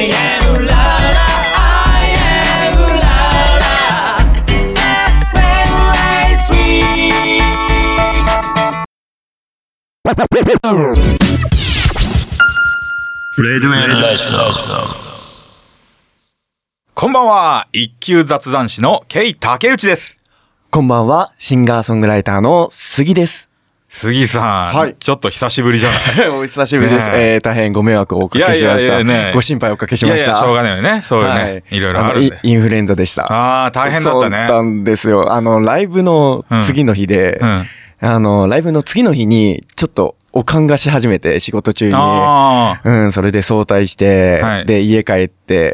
am la la I am la la FM レディオエルラジオ。 こんばんは、一級雑談師のケイ竹内です。 こんばんは、シンガーソングライターの杉です。 杉さん、 はい、 ちょっと久しぶりじゃないお久しぶりです、大変ご迷惑をおかけしました。ご心配をおかけしました。 いやいや、しょうがないよね。そういうね、はい、いろいろあるんで。 インフルエンザでした。 ああ、大変だったね。 そうなんですよ。ライブの次の日で、ライブの次の日に、ちょっと、おかんがし始めて、仕事中に。それで早退して、はい、で、家帰って、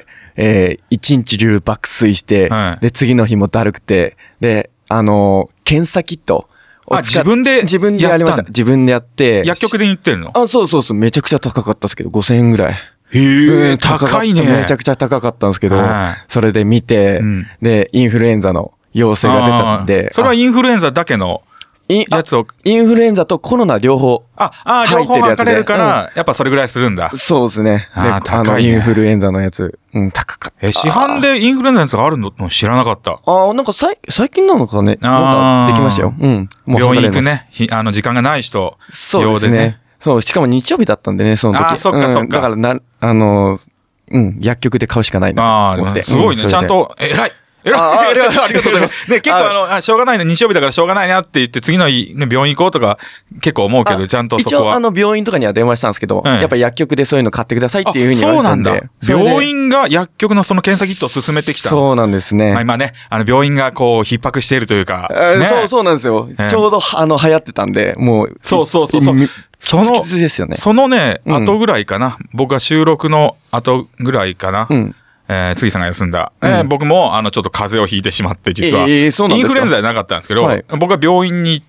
一日中爆睡して、はい、で、次の日もだるくて、で、検査キットを自分でやりました。自分でやって。 薬局で言ってるの？ そう。めちゃくちゃ高かったですけど、5000円ぐらい。 へえ、高いね。 めちゃくちゃ高かったんですけど、それで見て、で、インフルエンザの陽性が出たんで。 それはインフルエンザだけのやつを。 インフルエンザとコロナ両方。 両方分かれるから、やっぱそれぐらいするんだ。 そうですね。で、インフルエンザのやつ、高かった。 市販でインフルエンザのやつがあるの知らなかった。 なんか最近なのかね。なんかできましたよ。 もう病院行くね。時間がない人。 そうですね。そう、しかも日曜日だったんでね、その時。 そっか。 だから薬局で買うしかないなと思って。 すごいね。ちゃんと、偉い。ありがとうございます。ね、結構しょうがないね、日曜日だからしょうがないなって言って、次の日、ね、病院行こうとか、結構思うけど、ちゃんとそこは。 一応、病院とかには電話したんですけど、やっぱ薬局でそういうの買ってくださいっていうふうに言われたんで。 そうなんだ。病院が薬局のその検査キットを進めてきた。 そうなんですね。 今ね、病院がこう、逼迫しているというか。 そうなんですよ。ちょうど、流行ってたんで、もう。 そう。そのね、後ぐらいかな。僕が収録の後ぐらいかな。杉さんが休んだ。僕も、ちょっと風邪をひいてしまって、実は。 そうなんですか？ インフルエンザじゃなかったんですけど、僕は病院に行って、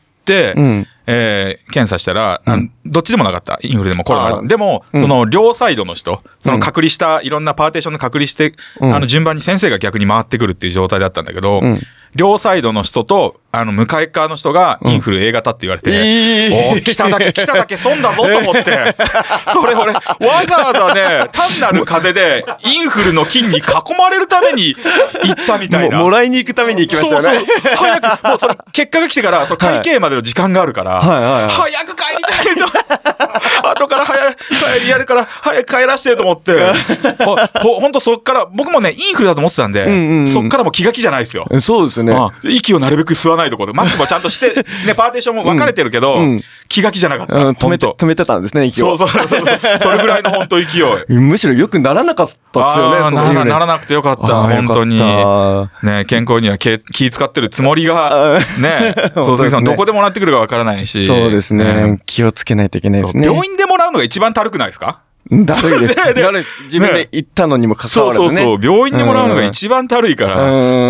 検査したら、どっちでもなかった。インフルでもコロナでも、その両サイドの人、その隔離した、いろんなパーテーションで隔離して、順番に先生が逆に回ってくるっていう状態だったんだけど、両サイドの人と、向かい側の人がインフル A 型って言われて、来ただけ損だぞと思って、それ俺、わざわざね、単なる風邪で、インフルの菌に囲まれるために行ったみたいな。 もらいに行くために行きましたよね。 そう。早く、もうそれ、結果が来てから、その会計までの時間があるから、早く帰りたいけど、後からやるから、早く帰らしてと思って、ほんとそっから、僕もね、インフルだと思ってたんで、そっからもう気が気じゃないですよ。 そうですね。 息をなるべく吸わないところで、マスクもちゃんとして、ね、パーテーションも分かれてるけど、気が気じゃなかった。 止めてたんですね、息を。 そう。それぐらいの本当勢い。 むしろ良くならなかったっすよね、 ならなくてよかった、本当に。ね、健康には気使ってるつもりが、ね、杉さんどこでもらってくるか分からないし。 そうですね。気をつけないといけないですね。 病院でもらうのが一番たるくないですか？ だるいです。自分で行ったのにもかかわらずね。 そう。病院でもらうのが一番たるいから、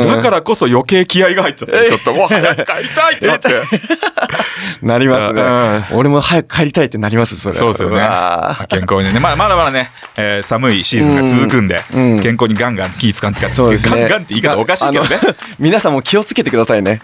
だからこそ余計気合が入っちゃって、ちょっともう早く帰りたいってなって。 なりますね。俺も早く帰りたいってなります、それ。 そうですよね。健康にね。まだね、寒いシーズンが続くんで、健康にガンガン気使ってから。そうですね。ガンガンって言い方おかしいけどね。 皆さんも気をつけてくださいね。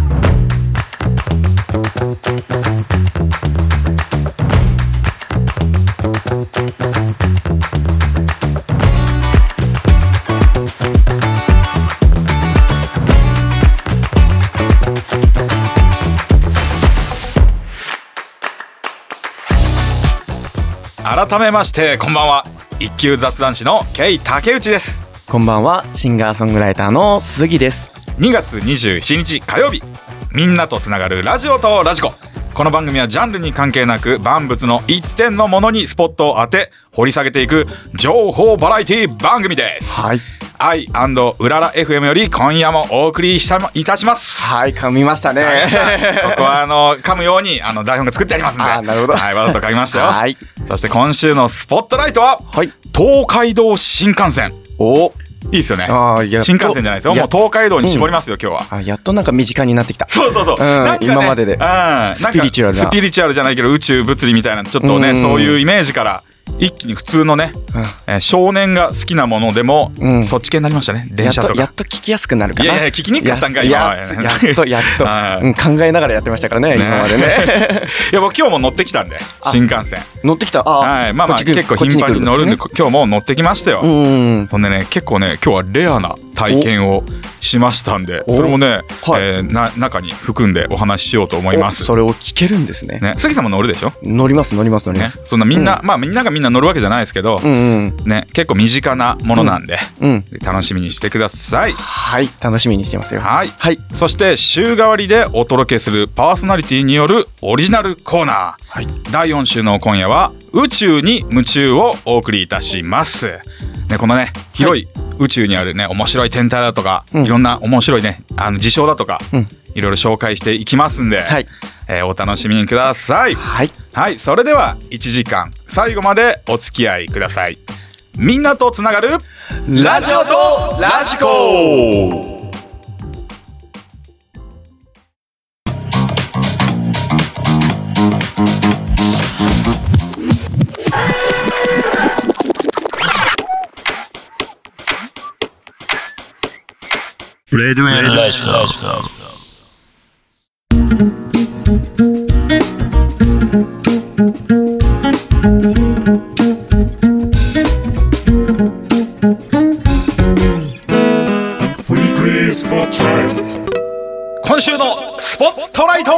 改めましてこんばんは、一級雑談師のケイ竹内です。 こんばんは、シンガーソングライターの杉です。 2月27日火曜日、みんなとつながるラジオとラジコ。この番組はジャンルに関係なく万物の一点のものにスポットを当て掘り下げていく情報バラエティ番組です。 はい。 I& うらら FM より今夜もお送りいたします。 はい、噛みましたね。 ここは噛むように台本が作ってありますんで。 なるほど。 はい、わざと書きましたよ。 はい。 そして今週のスポットライトは、東海道新幹線。いいですよね。新幹線じゃないですよ。もう東海道に絞りますよ、今日は。 やっとなんか身近になってきた。 そう。 今までで。 スピリチュアルじゃないけど宇宙物理みたいな、ちょっとね、そういうイメージから一気に普通のね、少年が好きなものでも、そっち系になりましたね。電車とか。 やっと聞きやすくなるかな。 いや聞きにくかったんか、今は。 やっと、考えながらやってましたからね、今までね。 いや、僕今日も乗ってきたんで、新幹線。 乗ってきた。 はい。まあまあ、結構頻繁に乗るんで、今日も乗ってきましたよ。そんでね、結構ね、今日はレアな体験をしましたんで、それもね、中に含んでお話ししようと思います。 それを聞けるんですね。 杉さんも乗るでしょ？ 乗ります。 そんなみんな、まあみんながみんな乗るわけじゃないですけど、ね、結構身近なものなんで、楽しみにしてください。 はい、楽しみにしてますよ。 はい。そして週替わりでお届けするパーソナリティによるオリジナルコーナー。第4週の今夜は宇宙に夢中をお送りいたします。ね、このね、広い宇宙にあるね、面白い天体だとか、いろんな面白いね、事象だとか、いろいろ紹介していきますんで、お楽しみにください。はい、それでは1時間最後までお付き合いください。みんなとつながるラジオとラジコ。 レデュエルラジコ。 今週のスポットライト。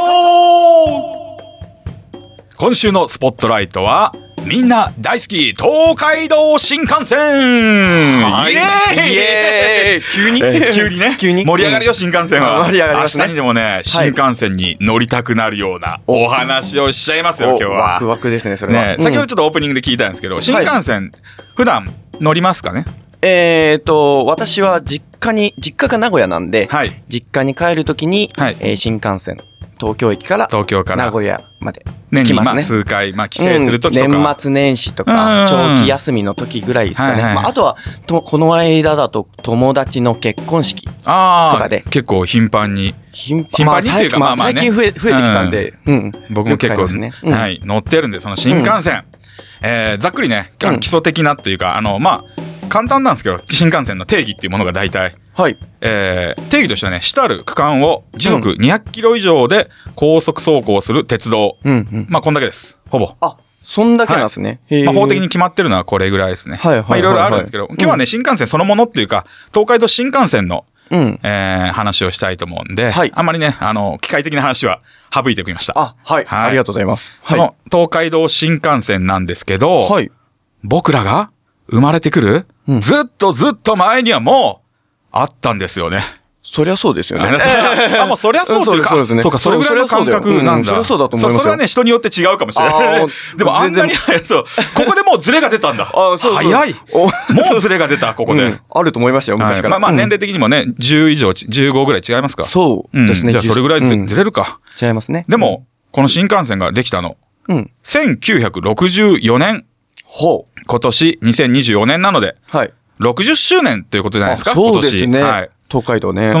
今週のスポットライトはみんな大好き東海道新幹線。イエーイ急に盛り上がるよ新幹線は。明日にでもね、新幹線に乗りたくなるようなお話をしちゃいますよ今日は。 ワクワクですねそれは。 先ほどちょっとオープニングで聞いたんですけど、新幹線普段乗りますかね？ 私は実家が名古屋なんで、実家に帰るときに、新幹線東京駅から名古屋まで年に数回、帰省するときとか、 年末年始とか長期休みの時ぐらいですかね。あとはこの間だと友達の結婚式とかで結構頻繁にっていうか最近増えてきたんで、 僕も結構乗ってるんで、その新幹線ざっくりね基礎的なというか簡単なんですけど、新幹線の定義っていうものが大体、定義としてはね、主たる区間を時速200キロ以上で高速走行する鉄道。こんだけです。ほぼ。 そんだけなんですね。 法的に決まってるのはこれぐらいですね。いろいろあるんですけど、今日はね、新幹線そのものっていうか、東海道新幹線の話をしたいと思うんで、あんまりね、機械的な話は省いておきました。 ありがとうございます。 この東海道新幹線なんですけど、僕らが生まれてくる、ずっと前にはもうあったんですよね。 そりゃそうですよね。 もうそりゃそうというか、そうか、それぐらいの感覚なんだ。 そりゃそうだと思いますよ。 それはね、人によって違うかもしれない。でもあんなに早い、ここでもうズレが出たんだ。早い。もうズレが出た、ここで。 あると思いましたよ、昔から。 年齢的にもね、10以上、15ぐらい違いますか？ そうですね。 じゃあそれぐらいずれるか。 違いますね。 でも、この新幹線ができたの、1964年。今年2024年なので、60周年ということじゃないですか、 そうですね。東海道ね。 その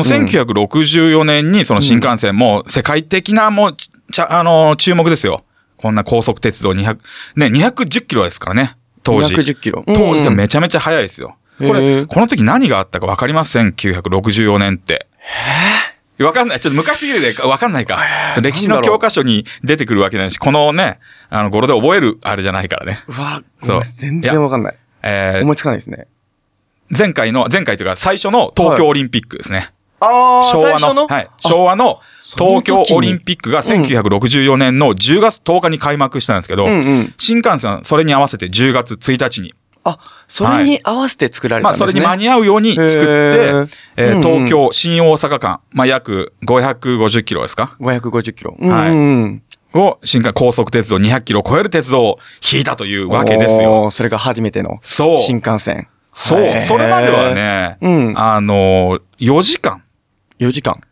1964年にその新幹線も世界的な注目ですよ。こんな高速鉄道210キロですからね、当時。 210キロ。 当時でめちゃめちゃ速いですよ。この時何があったか分かります？ 1964年って。わかんない。ちょっと昔すぎるでわかんないか。歴史の教科書に出てくるわけないし、このね、語呂で覚えるあれじゃないからね。 全然わかんない。思いつかないですね。前回というか最初の東京オリンピックですね。 昭和の東京オリンピックが1964年の10月10日に開幕したんですけど、新幹線はそれに合わせて10月1日に。 それに合わせて作られたんですね。 それに間に合うように作って、東京、新大阪間、約550キロですか？ 550キロ。 を高速鉄道200キロを超える鉄道を引いたというわけですよ。 それが初めての新幹線。 それまではね、4時間。 4時間。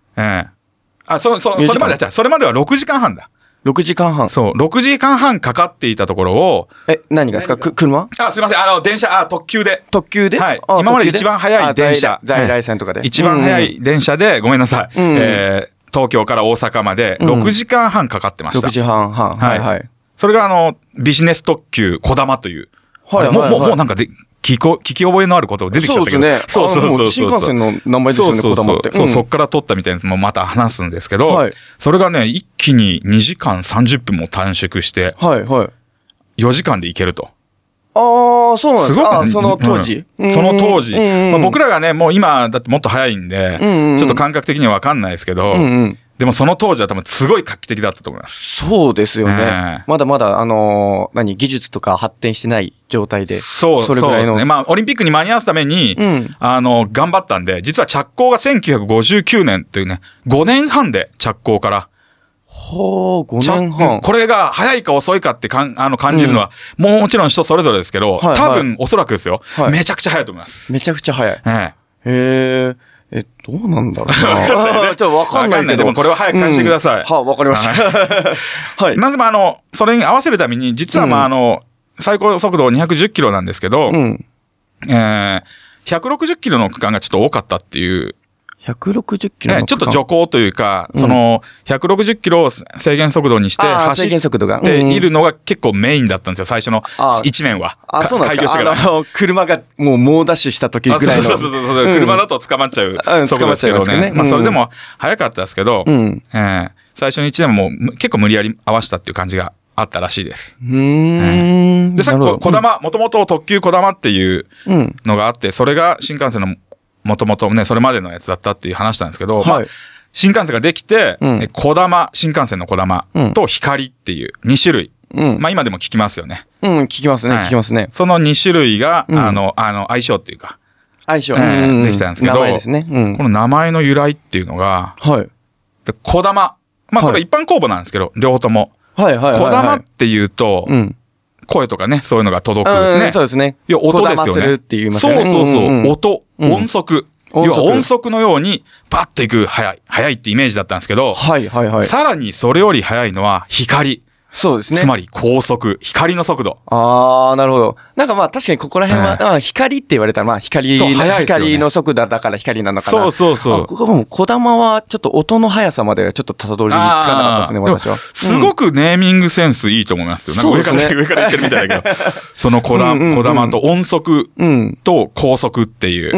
それまでは6時間半だ。 6時間半。 そう、6時間半かかっていたところを。 何がですか？車？ すいません。電車、特急で。 特急で？ 今まで一番早い電車。 在来線とかで。 一番早い電車で、ごめんなさい。東京から大阪まで6時間半かかってました。 6時間半。 それがビジネス特急こだまというもうなんか聞き覚えのあること出てきちゃったけど。 そうですね。新幹線の名前ですよね、こだまって。 そっから取ったみたいなやつもまた話すんですけど、それがね、一気に2時間30分も短縮して、4時間で行けると。 ああ、そうなんですか。その当時。 その当時。僕らがね、もう今、だってもっと早いんで、ちょっと感覚的にはわかんないですけど、でもその当時は多分すごい画期的だったと思います。 そうですよね。まだまだ、技術とか発展してない状態で。 それぐらいの。そうですね。まあ、オリンピックに間に合わすために、頑張ったんで、実は着工が1959年というね、5年半で着工から、 5年半。 これが早いか遅いかって感じるのは、もちろん人それぞれですけど、多分おそらくですよ、めちゃくちゃ早いと思います。 めちゃくちゃ早い。どうなんだろうな。ちょっとわかんないけど。 でもこれは早く返してください。 わかりました。 はい。まずそれに合わせるために、実は最高速度210キロなんですけど、160キロの区間がちょっと多かったっていう。 160キロの区間ちょっと徐行というか、160キロを制限速度にして走っているのが結構メインだったんですよ、最初の1年は。 そうなんですか。車がもう猛ダッシュした時ぐらいの。 そう。車だと捕まっちゃう速度ですけどね。まあそれでも早かったですけど、最初の1年も結構無理やり合わせたっていう感じがあったらしいです。で、さっきこだま、もともと特急こだまっていうのがあって、それが新幹線のもともとね、それまでのやつだったっていう話なんですけど、新幹線ができて、こだま、新幹線のこだまと光っていう2種類。まあ今でも聞きますよね。 聞きますね、聞きますね。 その2種類が、相性っていうか、 相性できたんですけど、 名前ですね。 この名前の由来っていうのが、こだま。まあこれ一般公募なんですけど、両方とも。こだまっていうと、声とかね、そういうのが届くですね。 そうですね。 要は音ですよね。 するって言いますよね。 そう。音、音速。要は音速のように、バッと行く速いってイメージだったんですけど、さらにそれより速いのは光。 そうですね。 つまり高速、光の速度。 なるほど。なんかまあ確かにここら辺は、光って言われたらまあ光の速度だから光なのかな。 そう。 ここもこだまはちょっと音の速さまではちょっとたどり着かなかったですね、私は。 すごくネーミングセンスいいと思いますよ。なんか上から言ってるみたいだけど。そのこだまと音速と高速っていう。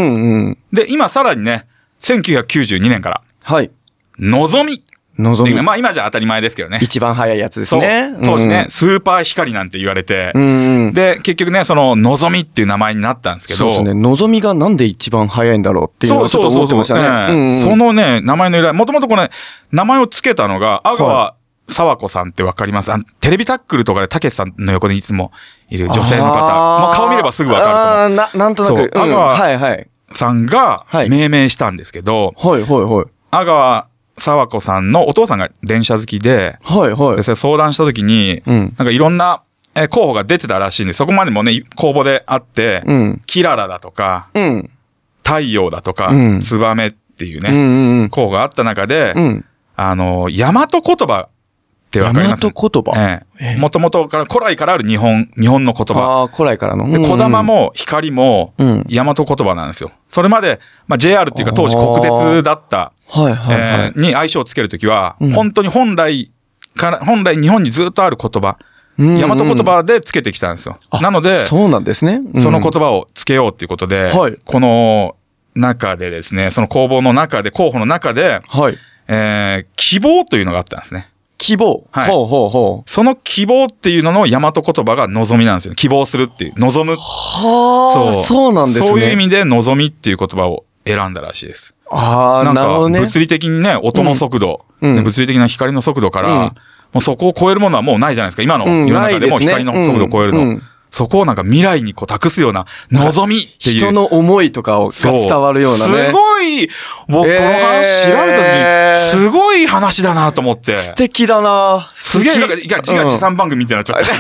で、今さらにね、1992年から。のぞみ。まあ今じゃ当たり前ですけどね。 一番早いやつですね。 当時ね、スーパー光なんて言われて、で、結局ね、その、のぞみっていう名前になったんですけど。 そうですね。のぞみがなんで一番早いんだろうっていうのをちょっと思ってましたね。 そのね、名前の由来、もともとこれ、名前を付けたのが、阿川沢子さんってわかります？テレビタックルとかでたけしさんの横にいつもいる女性の方。まあ顔見ればすぐわかると思う。 なんとなく。 阿川さんが命名したんですけど、阿川沢子さんのお父さんが電車好きで、でそれ相談した時に、なんかいろんな候補が出てたらしいんで、そこまでもね、公募であって、キララだとか、太陽だとか、ツバメっていうね、候補があった中で、大和言葉ってわかります？ 大和言葉？ もともとから、古来からある日本の言葉。 古来からの。 こだまも光も大和言葉なんですよ。それまで、まあ JR っていうか当時国鉄だった、に愛称をつけるときは、本当に本来日本にずっとある言葉、大和言葉でつけてきたんですよ。なので、 そうなんですね。 その言葉をつけようっていうことで、この中でですね、その公募の中で、候補の中で、希望というのがあったんですね。 希望。 その希望っていうのの大和言葉が望みなんですよ。希望するっていう。望む。 そうなんですね。 そういう意味で望みっていう言葉を選んだらしいです。 なるほどね。 物理的にね、音の速度、物理的な光の速度から、もうそこを超えるものはもうないじゃないですか。今の世の中でも光の速度を超えるの。そこをなんか未来にこう託すような望みっていう。 人の思いとかが伝わるようなね。 すごい、僕この話調べた時に、すごい話だなと思って。 素敵だな。 すげえ、なんか、自画自賛番組みたいになっちゃった。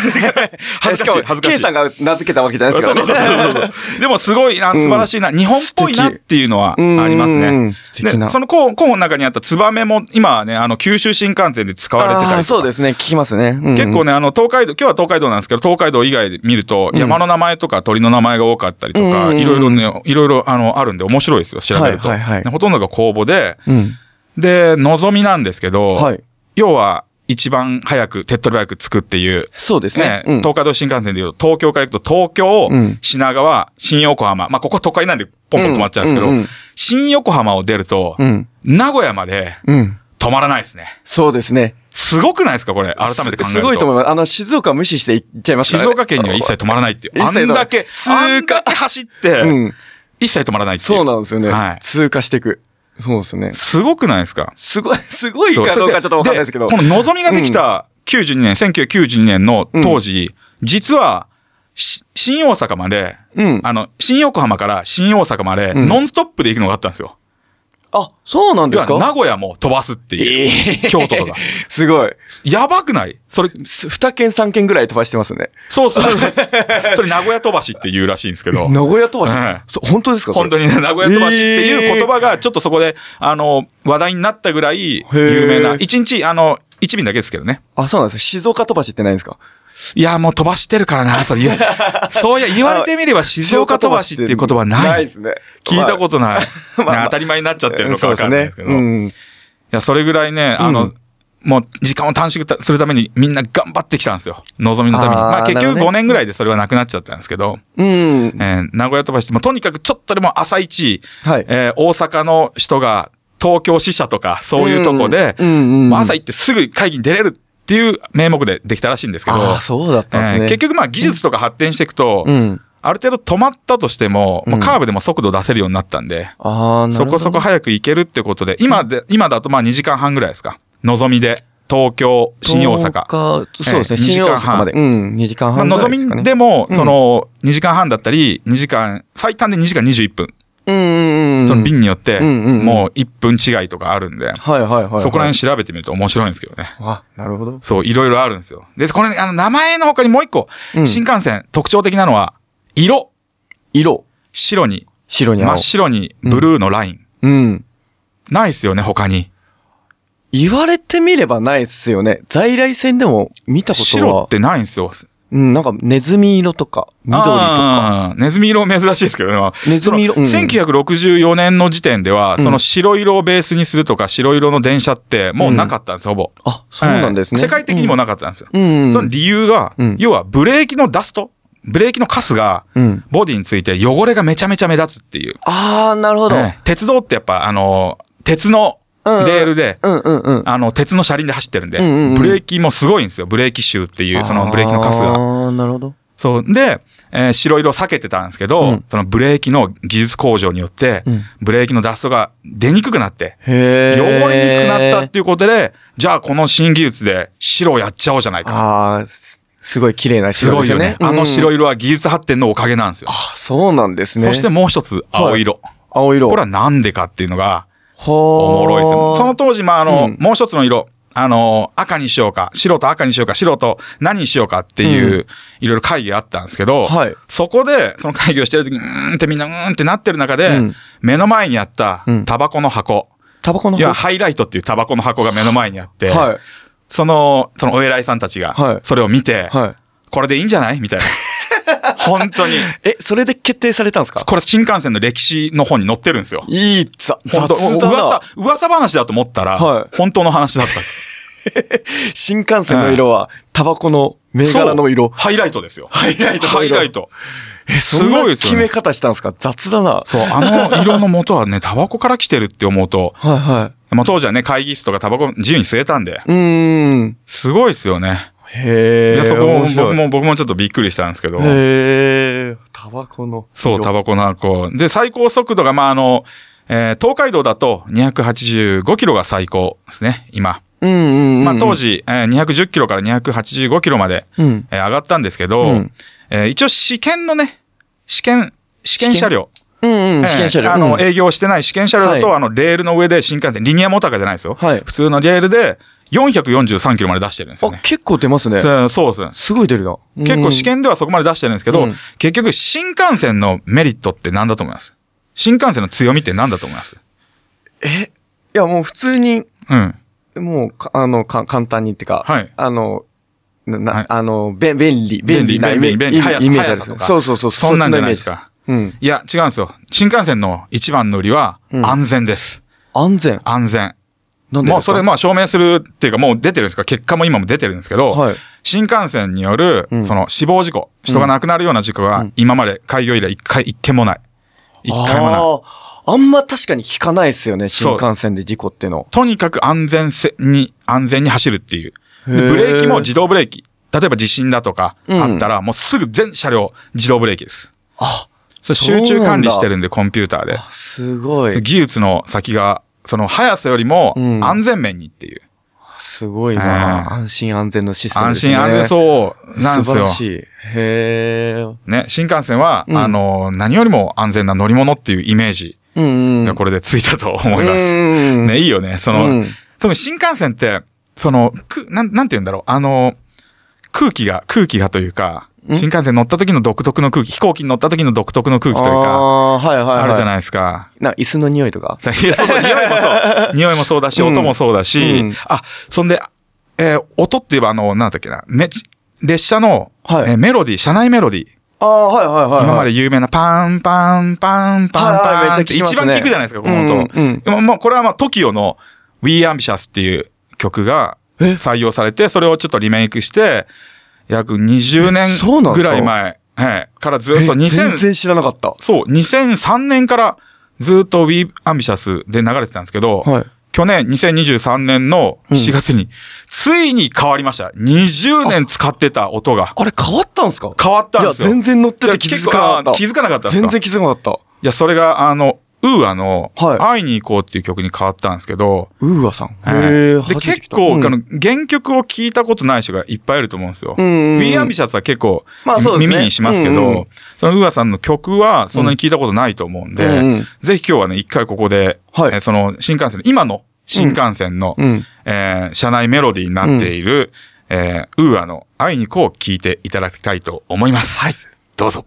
恥ずかしい、恥ずかしい。 K さんが名付けたわけじゃないですか。 そう。でもすごい、素晴らしいな、日本っぽいなっていうのはありますね。で、その候補の中にあったツバメも、今はね、九州新幹線で使われてたりとか。 そうですね、聞きますね。 結構ね、東海道、今日は東海道なんですけど、東海道以外で見ると、山の名前とか鳥の名前が多かったりとか、いろいろあるんで面白いですよ、調べると。ほとんどが公募で、で、望みなんですけど、要は、 一番早く手っ取り早く着くっていう。 そうですね。 東海道新幹線でいうと、東京から行くと東京、品川、新横浜。まあ、ここ都会なんでポンポン止まっちゃうんですけど、新横浜を出ると、名古屋まで止まらないですね。 そうですね。 すごくないですかこれ、改めて考えると。 すごいと思います。静岡無視して行っちゃいますからね。 静岡県には一切止まらないっていう。あんだけ走って、一切止まらないっていう。 そうなんですよね。はい。通過していく。そうですね。 すごくないですか？ すごいかどうかちょっとわかんないですけど。 こののぞみができた1992年の当時、実は、新大阪まで、新横浜から新大阪まで、ノンストップで行くのがあったんですよ。 あ、そうなんですか？ 名古屋も飛ばすっていう。京都とか。 すごい。 やばくない？それ、 2県3県ぐらい飛ばしてますね。 そう。それ名古屋飛ばしって言うらしいんですけど。 名古屋飛ばし、本当ですか？ 本当にね、名古屋飛ばしっていう言葉がちょっとそこで、話題になったぐらい有名な。1日、1便だけですけどね。 あ、そうなんですか。静岡飛ばしってないんですか？ いや、もう飛ばしてるからな、そう言われてみれば静岡飛ばしっていう言葉ない。 ないですね。 聞いたことない。当たり前になっちゃってるのかわかんないですけど。いや、それぐらいね、もう時間を短縮するためにみんな頑張ってきたんですよ。のぞみのために。まあ結局5年ぐらいでそれはなくなっちゃったんですけど。名古屋飛ばし、とにかくちょっとでも朝一、大阪の人が東京支社とかそういうとこで、朝行ってすぐ会議に出れるっていう名目でできたらしいんですけど。 あ、そうだったんですね。 結局まあ技術とか発展していくと、ある程度止まったとしても、カーブでも速度出せるようになったんで、そこそこ早く行けるってことで、今だとまあ2時間半ぐらいですか。のぞみで、東京、新大阪。 そうですね、新大阪まで。2時間半ぐらいですかね。 のぞみでも、2時間半だったり、最短で2時間21分。その便によって、もう1分違いとかあるんで、そこら辺調べてみると面白いんですけどね。 あ、なるほど。 そう、いろいろあるんですよ。で、これ、名前の他にもう一個、新幹線特徴的なのは、色。白に真っ白にブルーのライン。ないっすよね、他に。 言われてみればないっすよね。在来線でも見たことは。 白ってないんですよ。 なんかネズミ色とか、緑とか。 ネズミ色珍しいですけどね。 ネズミ色。 1964年の時点では、その白色をベースにするとか、白色の電車ってもうなかったんですよ、ほぼ。 あ、そうなんですね。 世界的にもなかったんですよ。その理由が、要はブレーキのダスト、ブレーキのカスが、ボディについて汚れがめちゃめちゃ目立つっていう。 ああ、なるほど。 鉄道ってやっぱ、鉄の、レールで、鉄の車輪で走ってるんで、ブレーキもすごいんですよ。ブレーキ臭っていう、そのブレーキのカスが。 ああ、なるほど。 そう。で、白色を避けてたんですけど、そのブレーキの技術向上によって、ブレーキのダストが出にくくなって、汚れにくくなったっていうことで、じゃあこの新技術で白をやっちゃおうじゃないか。 ああ、すごい綺麗な白ですよね。 あの白色は技術発展のおかげなんですよ。 あ、そうなんですね。 そしてもう一つ、青色。 青色。 これはなんでかっていうのが、おもろいですよ。その当時、もう一つの色、赤にしようか、白と赤にしようか、白と何にしようかっていう、いろいろ会議があったんですけど、そこで、その会議をしてるときに、ってみんな、ってなってる中で、目の前にあった、タバコの箱。 タバコの箱？ いや、ハイライトっていうタバコの箱が目の前にあって、そのお偉いさんたちが、それを見て、これでいいんじゃないみたいな。本当に。 それで決定されたんですか？ これ新幹線の歴史の本に載ってるんですよ。 いい雑だな。 噂話だと思ったら、本当の話だった。 新幹線の色は、タバコの銘柄の色。 ハイライトですよ。 ハイライト。 すごいですよね。 決め方したんですか？雑だな。 そう、色の元はね、タバコから来てるって思うと、当時はね、会議室とかタバコ自由に吸えたんで、すごいですよね。 へえ。 いや、そこも僕もちょっとびっくりしたんですけど。 へえ。タバコの。 そう、タバコの箱。で、最高速度が、東海道だと285キロが最高ですね、今。当時、210キロから285キロまで、上がったんですけど、一応試験のね、試験車両。 試験車両。 営業してない試験車両だと、レールの上で新幹線、リニアモーターカーじゃないですよ。普通のレールで、443キロまで出してるんですよね。 結構出ますね。 そうですね。 すごい出るな。 結構試験ではそこまで出してるんですけど、結局新幹線のメリットって何だと思います？新幹線の強みって何だと思います？ いやもう普通に、もう、簡単にってか、便利なイメージです。そう。 そんなんじゃないですか。いや、違うんですよ。新幹線の一番の売りは、安全です。 安全。 なんでですか？ もうそれ証明するっていうかもう出てるんですか、結果も今も出てるんですけど、はい、新幹線によるその死亡事故、人が亡くなるような事故が今まで開業以来一件もない。一回もない。 あんま確かに聞かないですよね、新幹線で事故っての。 とにかく安全に走るっていう。で、ブレーキも自動ブレーキ。例えば地震だとかあったら、もうすぐ全車両自動ブレーキです。集中管理してるんで、コンピューターで。 すごい。 技術の先が、その速さよりも安全面にっていう。 すごいな、安心安全のシステムですね。 安心安全そうなんですよ。 素晴らしい。 ね、新幹線は、何よりも安全な乗り物っていうイメージがこれでついたと思います。ね、いいよね。その新幹線って、なんて言うんだろう。空気がというか、新幹線乗った時の独特の空気、飛行機に乗った時の独特の空気というか、あるじゃないですか。 椅子の匂いとか。 いや、そう、匂いもそうだし、音もそうだし、そんで、音って言えばなんだっけな、列車の、メロディー、車内メロディー。今まで有名なパンパンパンパンパンって一番聞くじゃないですか、この音。もうこれはTOKIO の We Ambitious っていう曲が採用されて、それをちょっとリメイクして、約20年ぐらい前からずっと全然知らなかった。 そう、2003年からずっと We Ambitious で流れてたんですけど、去年2023年の4月についに変わりました。20年使ってた音が。 あれ変わったんですか？ 変わったんですよ。 いや、全然乗ってて気づかなかった。 気づかなかったんですか？ 全然気づかなかった。 いや、それがウーアの、会いに行こうっていう曲に変わったんですけど。 ウーアさん。 で、結構、原曲を聞いたことない人がいっぱいいると思うんですよ。We Ambitious は結構、耳にしますけど、そのウーアさんの曲はそんなに聞いたことないと思うんで、ぜひ今日はね、一回ここで、その新幹線の、今の新幹線の、車内メロディーになっている、ウーアの会いに行こうを聞いていただきたいと思います。はい。どうぞ。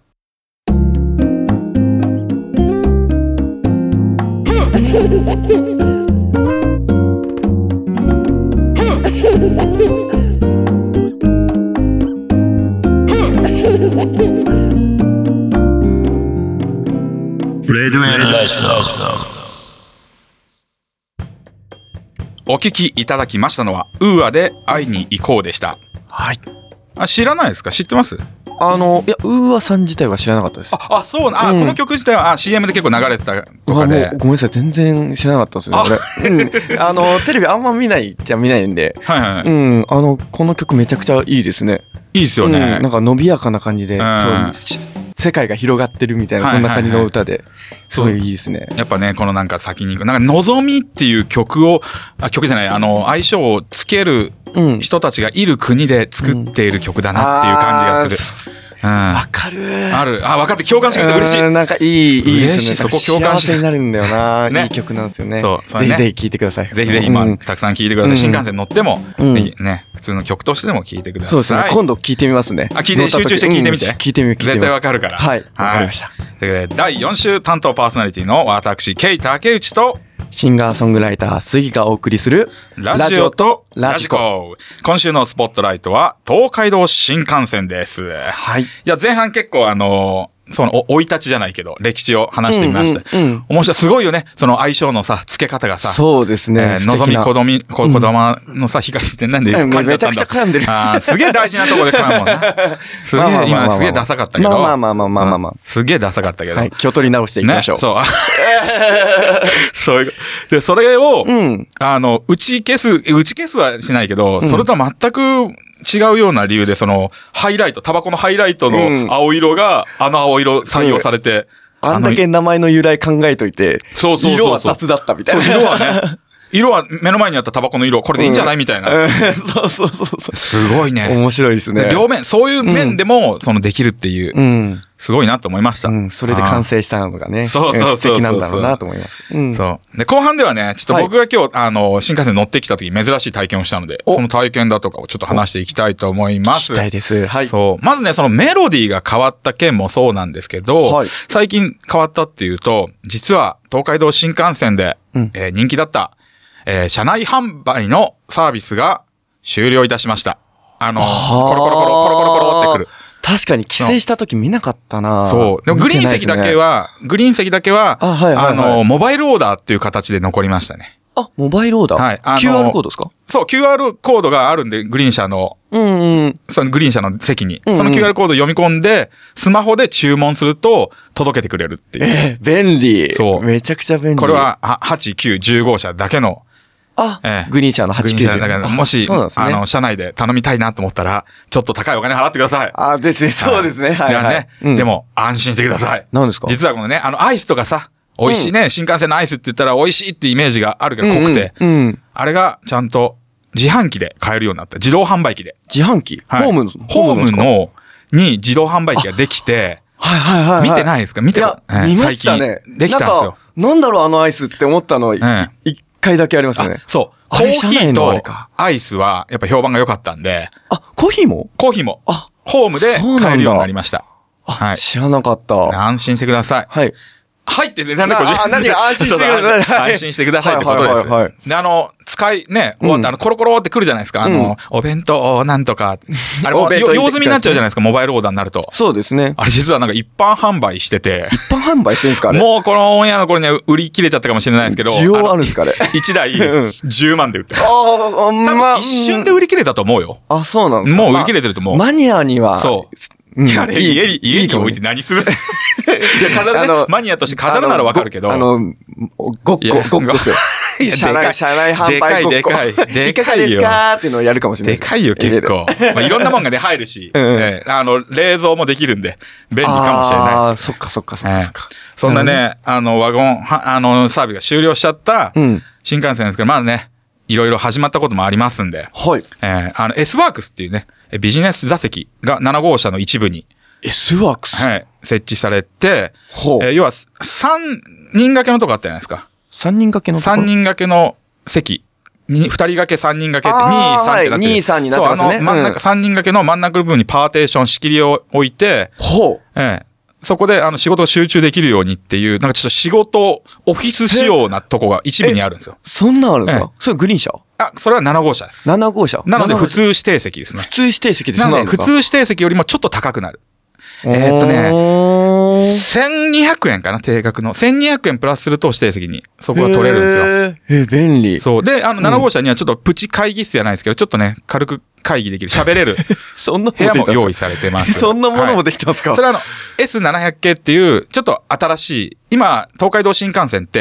お聞きいただきましたのは、ウーアで会いに行こうでした。 はい。 知らないですか？知ってます？ いや、ウーアさん自体は知らなかったです。 そう、この曲自体は、CM で結構流れてたとかで。 ごめんなさい、全然知らなかったですね、これ。テレビあんま見ないじゃ見ないんで。この曲めちゃくちゃいいですね。 いいですよね。 なんか伸びやかな感じで、世界が広がってるみたいな、そんな感じの歌で、すごいいいですね。 やっぱね、このなんか先に行く、なんか、のぞみっていう曲じゃない、相性をつける人たちがいる国で作っている曲だなっていう感じがする。 わかる。 わかって共感してくれて嬉しい。 なんかいいですね。 そこ共感して。 幸せになるんだよな。いい曲なんですよね。 そう。 ぜひぜひ聴いてください。 ぜひぜひ今、たくさん聴いてください。新幹線乗っても、ね、普通の曲としてでも聴いてください。 そうですね。今度聴いてみますね。 集中して聴いてみて。 聴いてみます。 絶対わかるから。 はい。わかりました。 ということで、第4週担当パーソナリティの私、ケイ竹内と、 シンガーソングライター杉がお送りするラジオとラジコ。今週のスポットライトは東海道新幹線です。 はい。 いや、前半結構その、生い立ちじゃないけど、歴史を話してみました。面白い、すごいよね。その相性のさ、付け方がさ。 そうですね。 のぞみ子供のさ、光ってなんで噛んじゃったんだ。 めちゃくちゃ噛んでる。 すげえ大事なところで噛むもんな。すげえ、今すげえダサかったけど。 まあ。 すげえダサかったけど。 気を取り直していきましょう。 そう。そういう。で、それを、打ち消すはしないけど、それとは全く、違うような理由で、ハイライト、タバコのハイライトの青色が、青色採用されて。 あんだけ名前の由来考えといて、色は雑だったみたいな。 色はね。色は目の前にあったタバコの色、これでいいんじゃないみたいな。 そう。 すごいね。 面白いですね。 両面、そういう面でも、できるっていう。すごいなと思いました。 それで完成したのがね。素敵なんだろうなと思います。 そう。で、後半ではね、ちょっと僕が今日、新幹線乗ってきた時珍しい体験をしたので、その体験だとかをちょっと話していきたいと思います。 聞きたいです。はい。 そう。まずね、そのメロディーが変わった件もそうなんですけど、最近変わったっていうと、実は東海道新幹線で、人気だった、車内販売のサービスが終了いたしました。コロコロってくる。 確かに帰省した時見なかったな。 そう。でもグリーン席だけは、モバイルオーダーっていう形で残りましたね。 あ、モバイルオーダー？ はい。 QR コードですか？ そう、QR コードがあるんで、グリーン車の、そのグリーン車の席に、その QR コードを読み込んで、スマホで注文すると、届けてくれるっていう。 便利。 そう。 めちゃくちゃ便利。 これは、8、9、10号車だけの、 グリーン車の8、9、10。 だからもし、車内で頼みたいなと思ったら、ちょっと高いお金払ってください。 ですね、そうですね。はいはい。 でも、安心してください。 何ですか？ 実はこのね、アイスとかさ、美味しいね、新幹線のアイスって言ったら美味しいってイメージがあるけど濃くて、あれがちゃんと自販機で買えるようになった。自動販売機で。 自販機？ ホームのに自動販売機ができて、見てないですか？見ましたね。 できたんですよ。 なんだろうあのアイスって思ったの、一回だけありますよね。 そう。コーヒーとアイスはやっぱ評判が良かったんで。 コーヒーも？ コーヒーも。ホームで買えるようになりました。 はい。知らなかった。 安心してください。 はい。 はいってね、何が安心してください。 安心してくださいってことです。で、使いね、終わってコロコロって来るじゃないですか。お弁当なんとか。あれも、用済みになっちゃうじゃないですか、モバイルオーダーになると。 そうですね。 あれ実はなんか一般販売してて。 一般販売してるんですかね？ もうこのオンエアの頃には売り切れちゃったかもしれないですけど。 需要あるんですかね ？1台10万で売ってる。 まあ、 一瞬で売り切れたと思うよ。 そうなんですか？ もう売り切れてると思う。 マニアには。 そう。家に置いて何する？飾るね。マニアとして飾るならわかるけど。 ごっこですよ。車内販売ごっこ。 でかい。 いかがですかっていうのをやるかもしれない。 でかいよ、結構。いろんなもんがね、入るし、冷蔵もできるんで、便利かもしれないです。 そっか。 そんなね、ワゴン、サービスが終了しちゃった新幹線ですけど、まだね、いろいろ始まったこともありますんで。 はい。 S ワークスっていうね、ビジネス座席が7号車の一部に。 S ワークス？ はい。設置されて、要は3人掛けのとこあったじゃないですか。 3人掛けのとこ？ 3人掛けの席。2人掛け、3人掛けって2、3ってなってる。 2、3になってますね。 真ん中、3人掛けの真ん中の部分にパーテーション仕切りを置いて、そこで仕事を集中できるようにっていう、なんかちょっと仕事、オフィス仕様なとこが一部にあるんですよ。 そんなんあるんですか？それグリーン車？ それは7号車です。 7号車。 なので普通指定席ですね。 普通指定席ですね。 なので普通指定席よりもちょっと高くなる。1200円かな、定額の。1200円プラスすると指定席に、そこが取れるんですよ。便利。 そう。で、7号車にはちょっとプチ会議室じゃないですけど、ちょっとね、軽く会議できる、喋れる。 そんな部屋も用意されてます。 そんなものもできてますか？ それはS700 系っていう、ちょっと新しい、今、東海道新幹線って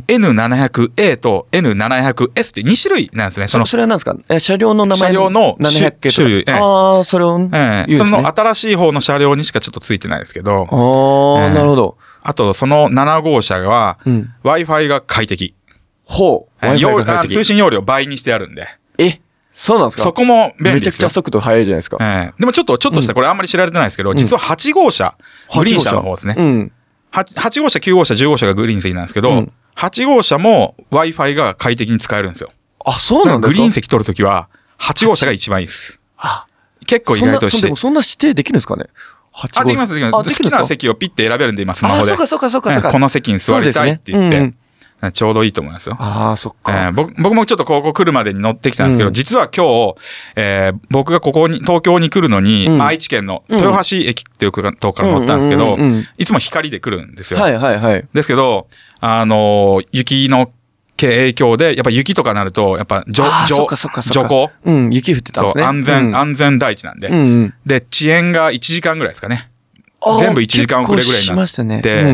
、N700A と N700S って2種類なんですね。 それは何ですか？車両の名前？ 車両の700種類。 それを言うんですね。 その新しい方の車両にしかちょっとついてないですけど。 なるほど。 あと、その7号車は、Wi-Fi が快適。通信容量倍にしてあるんで。 そうなんですか？ そこも便利ですよ。 めちゃくちゃ速度速いじゃないですか。 でもちょっとした、これあんまり知られてないですけど、実は8号車、グリーン車の方ですね。8号車、9号車、10号車がグリーン席なんですけど、8号車も Wi-Fi が快適に使えるんですよ。 そうなんですか？ グリーン席取るときは、8号車が一番いいです。結構意外として。 でもそんな指定できるんですかね？ できます。好きな席をピッて選べるんで、今スマホで。 そうか。 この席に座りたいって言って。ちょうどいいと思いますよ。 そっか。 僕もちょっとここ来るまでに乗ってきたんですけど、実は今日、僕が東京に来るのに、愛知県の豊橋駅っていうところから乗ったんですけど、いつも光で来るんですよ。ですけど、雪の影響で、やっぱ雪とかなると、やっぱ徐行。 雪降ってたんですね。 安全第一なんで。で、遅延が1時間ぐらいですかね。全部1時間遅れぐらいになって、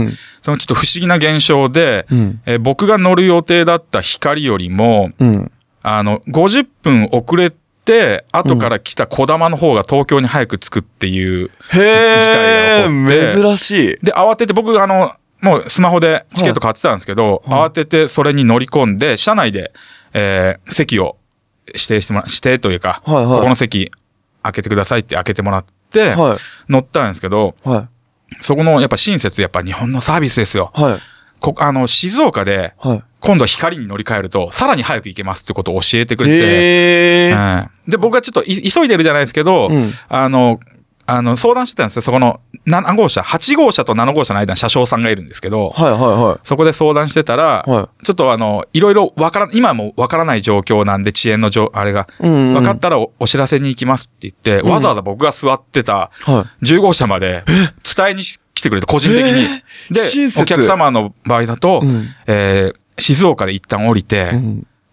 そのちょっと不思議な現象で、僕が乗る予定だった光よりも、50分遅れて、後から来た小玉の方が東京に早く着くっていう事態が起こって、 珍しい。 で、慌てて僕もうスマホでチケット買ってたんですけど、慌ててそれに乗り込んで、車内で、席を指定というか、ここの席開けてくださいって開けてもらって、乗ったんですけど、そこのやっぱ親切、やっぱ日本のサービスですよ。静岡で、今度は光に乗り換えると、さらに早く行けますってことを教えてくれて、で、僕はちょっと急いでるじゃないですけど、相談してたんですよ。そこの7号車、8号車と7号車の間に車掌さんがいるんですけど、そこで相談してたら、ちょっといろいろ今もわからない状況なんで、遅延のあれが、分かったらお知らせに行きますって言って、わざわざ僕が座ってた10号車まで伝えに来てくれて、個人的に。で、お客様の場合だと、静岡で一旦降りて、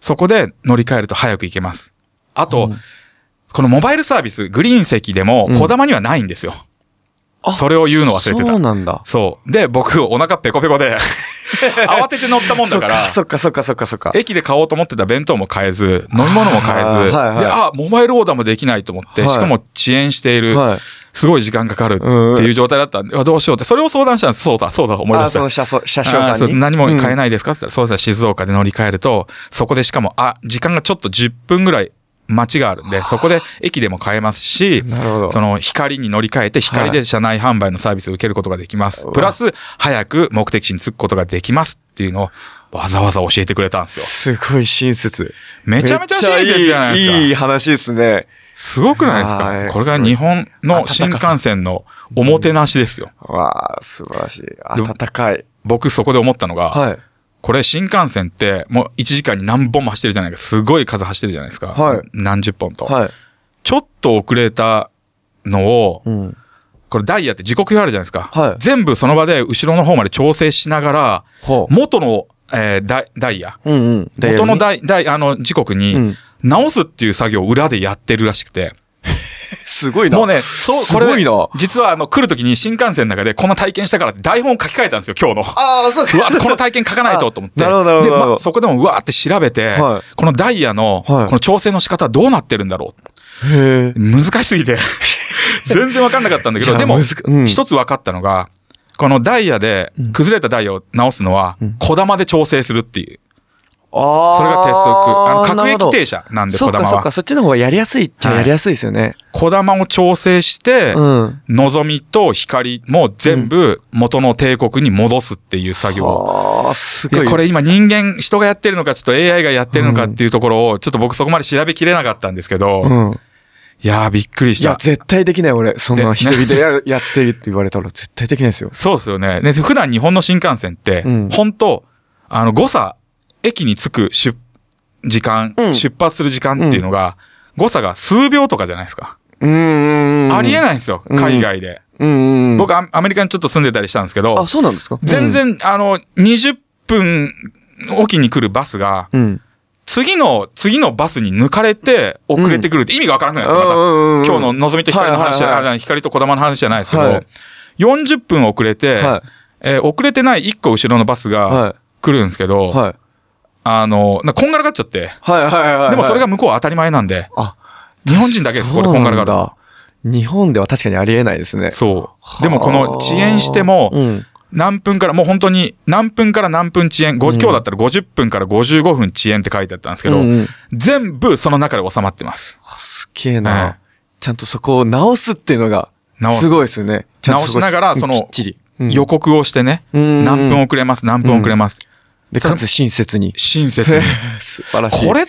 そこで乗り換えると早く行けます。あと、このモバイルサービス、グリーン席でも、小玉にはないんですよ。それを言うの忘れてた。 そうなんだ。 そう。で、僕、お腹ペコペコで、慌てて乗ったもんだから、 そっか。 駅で買おうと思ってた弁当も買えず、飲み物も買えず、で、モバイルオーダーもできないと思って、しかも遅延している、すごい時間かかるっていう状態だったんで、どうしようって、それを相談したんです。そうだ、思い出した。 その車掌さんに。 何も買えないですかって言ったら、そうですね、静岡で乗り換えると、そこでしかも、時間がちょっと10分ぐらい、街があるんで、そこで駅でも買えますし、その光に乗り換えて光で車内販売のサービスを受けることができます。プラス、早く目的地に着くことができますっていうのをわざわざ教えてくれたんですよ。 すごい親切。 めちゃめちゃ親切じゃないですか。 いい話ですね。 すごくないですか？これが日本の新幹線のおもてなしですよ。 わあ、素晴らしい。温かい。 僕そこで思ったのが、これ新幹線ってもう1時間に何本も走ってるじゃないですか。すごい数走ってるじゃないですか。何十本と。ちょっと遅れたのを、これダイヤって時刻表あるじゃないですか。全部その場で後ろの方まで調整しながら、元の、ダイヤ。元の時刻に直すっていう作業を裏でやってるらしくて。 すごいな。 もうね、これ、実は来るときに新幹線の中でこんな体験したからって台本書き換えたんですよ、今日の。 そうですうわ、この体験書かないとと思って。 なるほど。 で、そこでもうわーって調べて、このダイヤの、この調整の仕方はどうなってるんだろう。難しすぎて、全然わかんなかったんだけど、でも、一つわかったのが、このダイヤで、崩れたダイヤを直すのは、小玉で調整するっていう。それが鉄則。各駅停車なんで、小玉は。 そうか、そっちの方がやりやすいっちゃやりやすいですよね。 小玉を調整して、のぞみと光も全部元の帝国に戻すっていう作業。 すごい。 これ今人がやってるのか、ちょっと AI がやってるのかっていうところを、ちょっと僕そこまで調べきれなかったんですけど、いやーびっくりした。 いや、絶対できない俺。そんな一人でやってるって言われたら絶対できないですよ。 そうですよね。で、普段日本の新幹線って、本当誤差、駅に着く出発する時間っていうのが、誤差が数秒とかじゃないですか。ありえないんですよ、海外で。僕、アメリカにちょっと住んでたりしたんですけど、 そうなんですか？ 全然、20分おきに来るバスが、次のバスに抜かれて遅れてくるって意味がわからなくないですか？また、今日ののぞみと光の話光と小玉の話じゃないですけど、40分遅れて、遅れてない1個後ろのバスが来るんですけど、こんがらがっちゃって。でもそれが向こうは当たり前なんで。日本人だけです、これこんがらがる。 日本では確かにありえないですね。 そう。でもこの遅延しても、何分から、もう本当に何分から何分遅延、今日だったら50分から55分遅延って書いてあったんですけど、全部その中で収まってます。 すげえな。ちゃんとそこを直すっていうのが、すごいですね。 直しながら、その、予告をしてね、何分遅れます、何分遅れます。 で、かつ親切に。 親切に。 素晴らしい。 これって、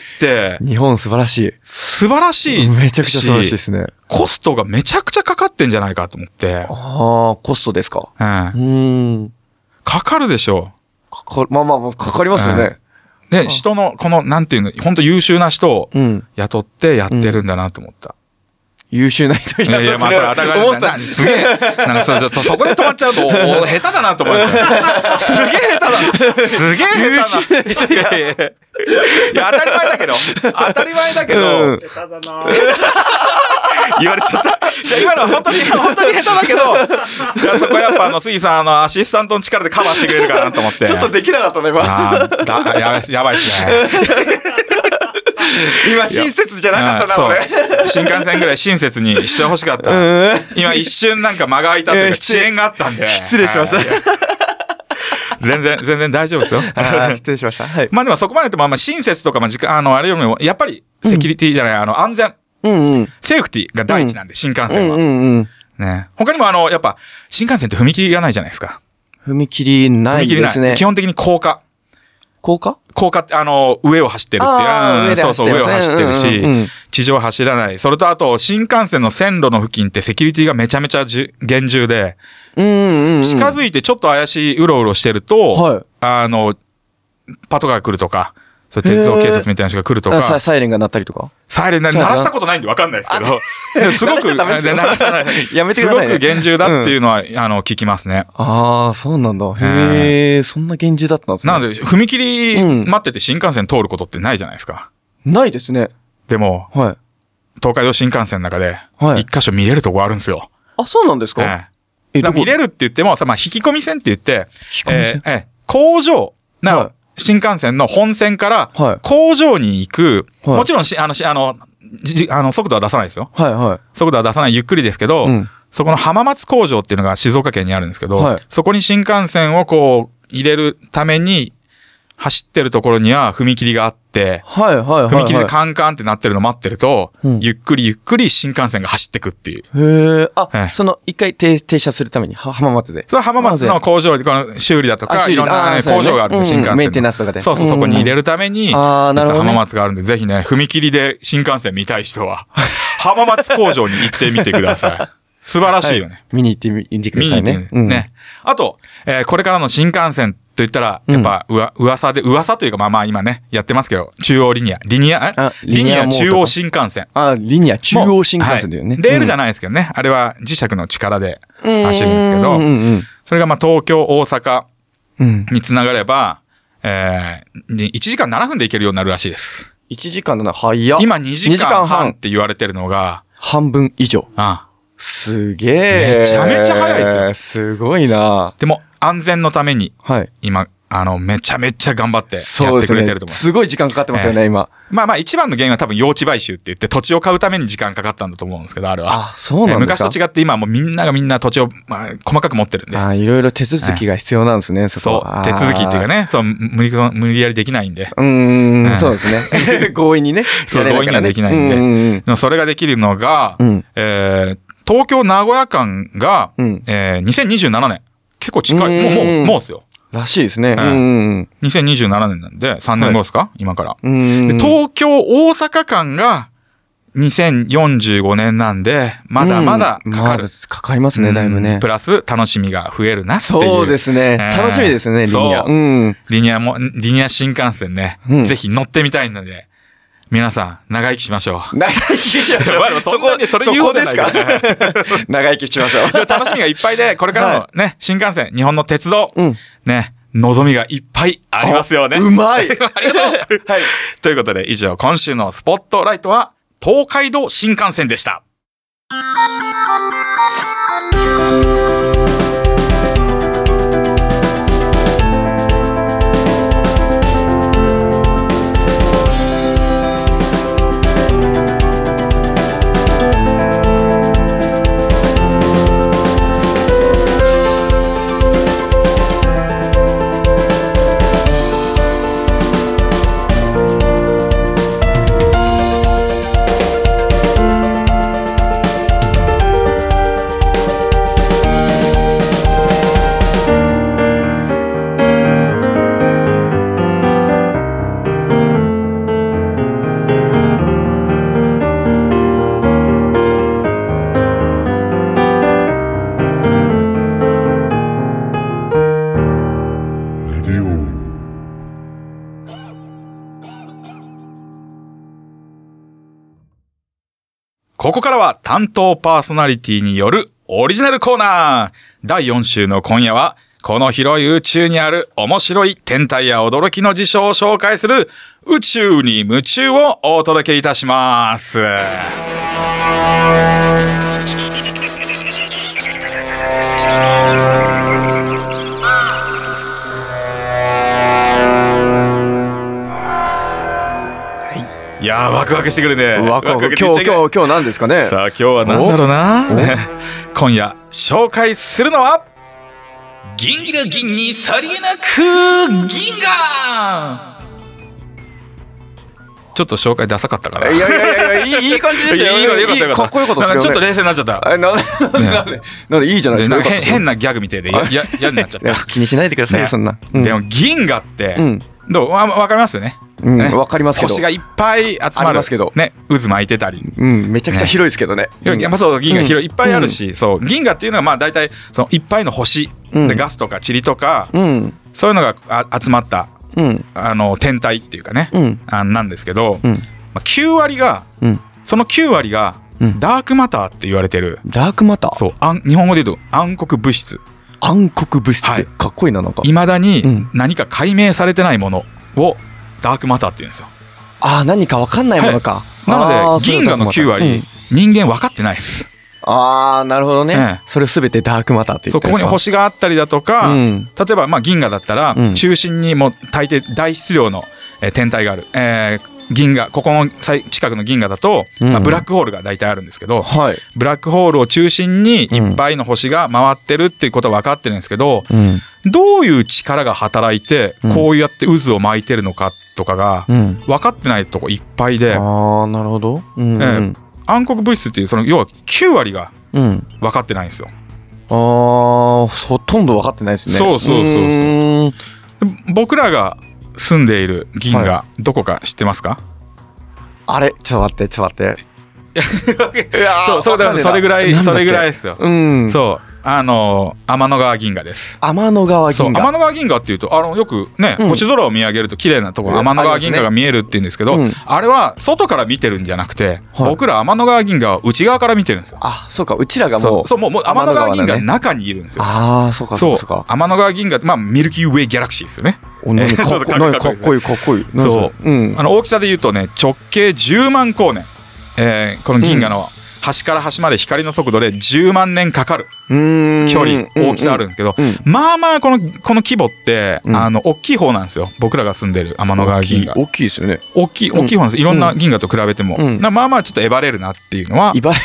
日本素晴らしい。 素晴らしい。 めちゃくちゃ素晴らしいですね。 コストがめちゃくちゃかかってんじゃないかと思って。 コストですか？ かかるでしょう。まあ、かかりますよね。 で、人の、なんていうの、本当優秀な人を雇ってやってるんだなと思った。 優秀な人いや、まあ、それ当たり前だ。すげえ。なんかそこで止まっちゃうと、下手だなと思って。すげえ下手だ。すげえ下手だ。いや、当たり前だけど。下手だな言われちゃった。いや、今のは本当に下手だけど、いや、そこはやっぱ杉さんアシスタントの力でカバーしてくれるかなと思って。 ちょっとできなかったね、今。 やばいっすね。 今親切じゃなかったな、俺。 新幹線ぐらい親切にしてほしかった。今一瞬なんか間が空いたというか遅延があったんで。 失礼しました。 全然大丈夫ですよ。 失礼しました。 まあでもそこまで言っても、親切とか、あれよりも、やっぱりセキュリティじゃない、安全。セーフティが第一なんで、新幹線は。ね。他にもやっぱ、新幹線って踏切がないじゃないですか。 踏切ないですね。 基本的に高架って上を走ってるっていう。そう、上を走ってるし、地上走らない。それとあと、新幹線の線路の付近ってセキュリティがめちゃめちゃ厳重で、近づいてちょっと怪しいうろうろしてると、パトカーが来るとか、 そう鉄道警察みたいな人が来るとか。 サイレンが鳴ったりとか。 サイレン鳴らしたことないんで分かんないですけど、すごく、 鳴らしちゃダメですよ。やめてくださいね。 すごく厳重だっていうのは、聞きますね。 ああ、そうなんだ。へえ、そんな厳重だったんですね。 なので、踏切待ってて新幹線通ることってないじゃないですか。 ないですね。 でも、東海道新幹線の中で、一箇所見れるとこあるんですよ。 あ、そうなんですか？ 見れるって言っても、引き込み線って言って、工場な、新幹線の本線から工場に行く、もちろん速度は出さないですよ。速度は出さないゆっくりですけど、そこの浜松工場っていうのが静岡県にあるんですけど、そこに新幹線をこう入れるために走ってるところには踏切があって、踏切でカンカンってなってるの待ってると、ゆっくり新幹線が走ってくっていう。 その一回停車するために浜松で。 そう、浜松の工場で、この修理だとか、いろんな工場があるんで、新幹線。 メンテナンスとかで。 そう、そこに入れるために、浜松があるんで、ぜひね、踏切で新幹線見たい人は、浜松工場に行ってみてください。素晴らしいよね。 見に行ってみてくださいね。 ね。あと、これからの新幹線と言ったら、やっぱ、噂というか、まあ今ね、やってますけど、中央リニア中央新幹線。 リニア中央新幹線だよね。 レールじゃないですけどね。あれは磁石の力で走るんですけど、それが東京、大阪につながれば、1時間7分で行けるようになるらしいです。 1時間7分早っ。 今2時間半って言われてるのが、 半分以上。すげえ。 めちゃめちゃ早いですよ。 すごいな。 でも、安全のために、今、めちゃめちゃ頑張ってやってくれてると思う。 すごい時間かかってますよね、今。 まあ一番の原因は多分用地買収って言って土地を買うために時間かかったんだと思うんですけど、あれは。 そうなんですか。 昔と違って今はもうみんな土地を細かく持ってるんで。 いろいろ手続きが必要なんですね、そこ。 そう、手続きっていうかね、そう、無理やりできないんで。 そうですね。強引にね。 そう、強引にはできないんで。それができるのが、東京名古屋間が、2027年。結構近い。もうですよ。 らしいですね。 2027年なんで、3年後ですか今から。東京大阪間が、2045年なんで、まだまだかかる。 かかりますね、だいぶね。 プラス、楽しみが増えるなっていう。 そうですね。楽しみですね、リニア。 リニア新幹線ね。ぜひ乗ってみたいので。皆さん、長生きしましょう。 長生きしましょう。そこですか長生きしましょう。 楽しみがいっぱいで、これからのね、新幹線、日本の鉄道、ね、望みがいっぱいありますよね。 うまい。ありがとう。 ということで、以上、今週のスポットライトは、東海道新幹線でした。ここからは担当パーソナリティによるオリジナルコーナー。第4週の今夜は、この広い宇宙にある面白い天体や驚きの事象を紹介する宇宙に夢中をお届けいたします。いやー、ワクワクしてくるね。 ワクワク。今日何ですかね。 さあ、今日は何だろうな。今夜、紹介するのは、ギンギラギンにさりげなく、ギンガちょっと紹介ダサかったかな。 いや、いい感じでしたよ。 よかっこよかったですけどね。 ちょっと冷静になっちゃった。 なんでいいじゃないですか。 変なギャグみたいで嫌になっちゃった。 気にしないでください、そんな。 でも、銀河って、どうわかりますよね。 わかりますけど。 星がいっぱい集まる。ね、渦巻いてたり。 めちゃくちゃ広いですけどね。 そう、銀河広い、いっぱいあるし、そう、銀河っていうのはまあ大体、そのいっぱいの星、ガスとか塵とか、そういうのが集まった天体っていうかね、なんですけど、9割が、その9割がダークマターって言われてる。 ダークマター。 そう、日本語で言うと暗黒物質。 暗黒物質、はい、かっこいいな。なんか未だに何か解明されてないものをダークマターって言うんですよ。 ああ、何か分かんないものか。 なので銀河の9割、人間分かってないです。 ああ、なるほどね。それすべてダークマターって言ってるんですか。 そう、ここに星があったりだとか、例えば銀河だったら中心にも大抵大質量の天体がある。銀河、ここの近くの銀河だと、ブラックホールが大体あるんですけど、ブラックホールを中心にいっぱいの星が回ってるっていうことは分かってるんですけど、どういう力が働いてこうやって渦を巻いてるのかとかが分かってないとこいっぱいで、 ああ、なるほど。 暗黒物質っていうその要は9割が分かってないんですよ。 ほとんど分かってないですね。 そう。僕らが住んでいる銀河、どこか知ってますか？ あれ、ちょっと待って。 それぐらいですよ。そう。天の川銀河です。 天の川銀河。 天の川銀河っていうとよくね、星空を見上げると綺麗なところ、天の川銀河が見えるって言うんですけど、あれは外から見てるんじゃなくて、僕ら天の川銀河は内側から見てるんですよ。 あ、そうか、うちらがもうもう天の川銀河の中にいるんですよ。 ああ、そうか。 天の川銀河、ミルキーウェイギャラクシーですよね。 かっこいい。 そう。大きさで言うとね、直径10万光年。この銀河の端から端まで光の速度で10万年かかる距離、大きさあるんですけど、まあまあこの規模って大きい方なんですよ。僕らが住んでる天の川銀河。 大きいですよね。 大きい方なんです。いろんな銀河と比べても、まあまあちょっとエバれるなっていうのは、エバ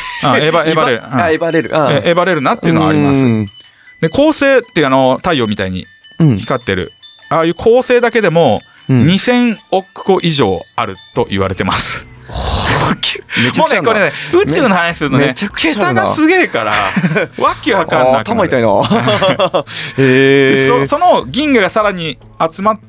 れるなっていうのはあります。で、恒星って太陽みたいに光ってる、ああいう恒星だけでも2000億個以上あると言われてます。もうね、これね、宇宙の話するとね、桁がすげえから、わけわかんない。 頭痛いな。 その銀河がさらに集まって、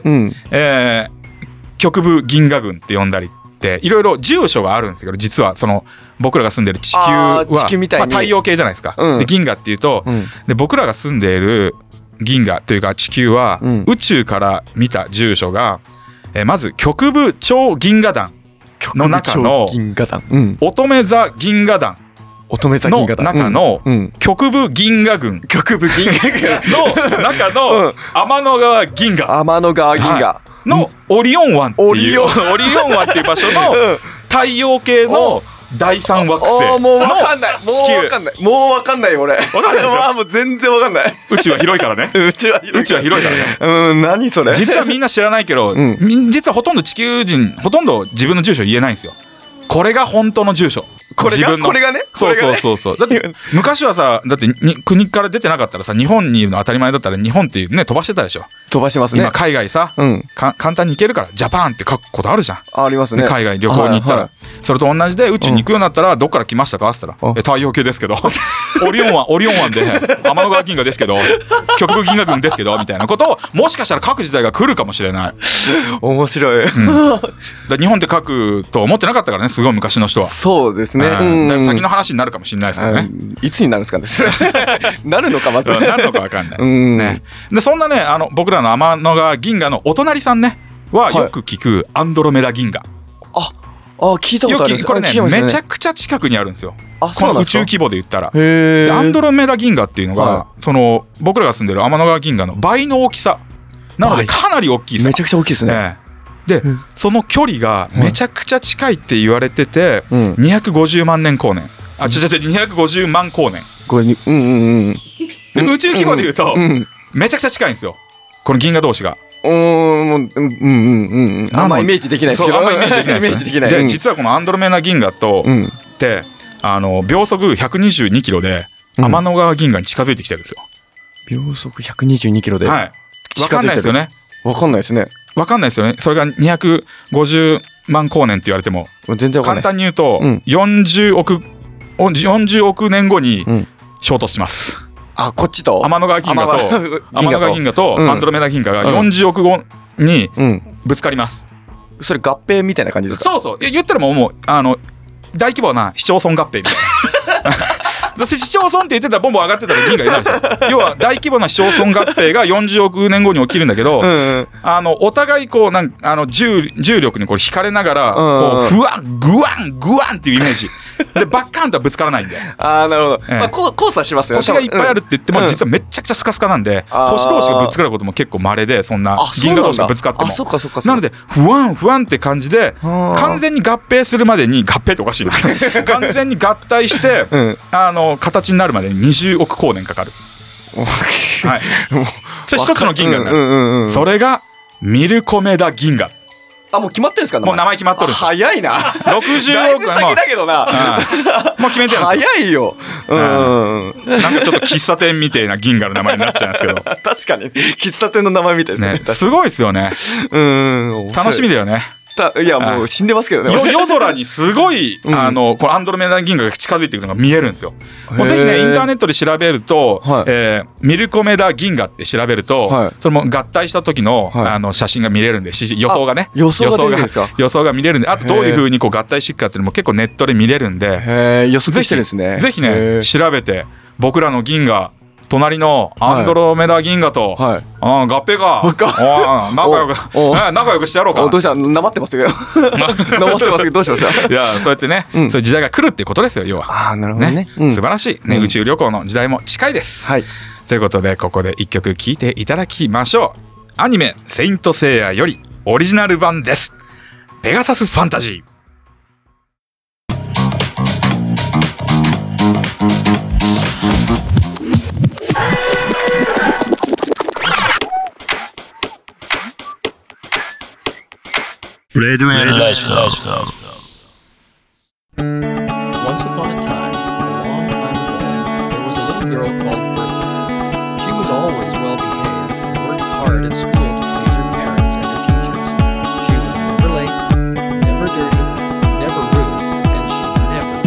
極部銀河群って呼んだりって、いろいろ住所があるんですけど、実はその僕らが住んでる地球は太陽系じゃないですか。で、銀河っていうと、で僕らが住んでいる銀河というか地球は、宇宙から見た住所が、まず極部超銀河団の中の乙女座銀河団の中の極部銀河群の中の天の川銀河のオリオン湾っていう場所の太陽系の第三惑星。 もう分かんない。もう分かんないよ、俺。分かんない。もう全然分かんない。 宇宙は広いからね。宇宙は広いからね。何それ。 実はみんな知らないけど、実はほとんど地球人、ほとんど自分の住所言えないんですよ。これが本当の住所。 これがね。 そう。だって昔はさ、だって国から出てなかったらさ、日本にいるの当たり前だったら日本っていうね、飛ばしてたでしょ。 飛ばしてますね。 今海外さ、簡単に行けるから、ジャパンって書くことあるじゃん。 ありますね。 海外旅行に行ったら。それと同じで宇宙に行くようになったら、どっから来ましたかって言ったら、太陽系ですけど、オリオン湾で、天の川銀河ですけど、極部銀河群ですけど、みたいなことを、もしかしたら書く時代が来るかもしれない。 面白い。 日本って書くと思ってなかったからね、すごい昔の人は。 そうですね。 だいぶ先の話になるかもしれないですからね。 いつになるんですかね。なるのかまず。 なるのか分かんない。で、そんなね、僕らの天の川銀河のお隣さんね、はよく聞くアンドロメダ銀河。 聞いたことあるんです。 これね、めちゃくちゃ近くにあるんですよ。この宇宙規模で言ったら。 で、 アンドロメダ銀河っていうのが、僕らが住んでる天の川銀河の倍の大きさ。なので、かなり大きいです。 めちゃくちゃ大きいですね。 で、その距離がめちゃくちゃ近いって言われてて、250万年光年。250万光年。で、宇宙規模で言うと、めちゃくちゃ近いんですよ。この銀河同士が。 あんまイメージできないですけど。 あんまイメージできない。で、実はこのアンドロメダ銀河と、って、秒速122キロで、天の川銀河に近づいてきてるんですよ。 秒速122キロで。 はい。わかんないですよね。 わかんないですね。 わかんないですよね。それが250万光年って言われても。 全然わかんないです。 簡単に言うと、40億年後に衝突します。 こっちと天の川銀河とアンドロメダ銀河が40億後にぶつかります。 それ合併みたいな感じですか？ そう。言ったらもう大規模な市町村合併みたいな。 市町村って言ってたらボンボン上がってたら銀河になるでしょ。要は大規模な市町村合併が40億年後に起きるんだけど、お互いこう重力にこう引かれながら、こうふわんぐわんぐわんっていうイメージでバッカーンとはぶつからないんで。 ああなるほど。まあ交差しますよ。 星がいっぱいあるって言っても実はめちゃくちゃスカスカなんで、星同士がぶつかることも結構稀で、そんな銀河同士がぶつかっても。なのでふわんふわんって感じで完全に合併するまでに、合併っておかしいな完全に合体して、形になるまでに20億光年かかる。はい。それ一つの銀河になる。それがミルコメダ銀河。 あ、もう決まってるんですか？ もう名前決まっとるんです。 早いな。 60 だいぶ先だけどな。 もう決めてるんです。 早いよ。 なんかちょっと喫茶店みたいな銀河の名前になっちゃうんですけど。 確かに喫茶店の名前みたいですね。 すごいですよね。楽しみだよね。 いやもう死んでますけどね。 夜空にすごいこのアンドロメダ銀河が近づいていくのが見えるんですよ。もうぜひねインターネットで調べると、ミルコメダ銀河って調べると、それも合体した時の写真が見れるんで、予想がね、予想が見れるんで、あとどういう風にこう合体していくかっていうのも結構ネットで見れるんで、 予測してるんですね。 ぜひね調べて、僕らの銀河隣のアンドロメダ銀河と合併か、仲良くしてやろうか。 どうしたなまってますよ。なまってますけどどうしました。 いやそうやってね、そういう時代が来るっていうことですよ、要は。 なるほどね。 素晴らしいね、宇宙旅行の時代も近いです。ということでここで一曲聴いていただきましょう。アニメセイントセイヤよりオリジナル版です。ペガサスファンタジー。 レデュエルラジコ。 Once upon a time, a long time ago, there was a little girl called Bertha. She was always well behaved and worked hard at school to please her parents and her teachers. She was never late, never dirty, never rude, and she never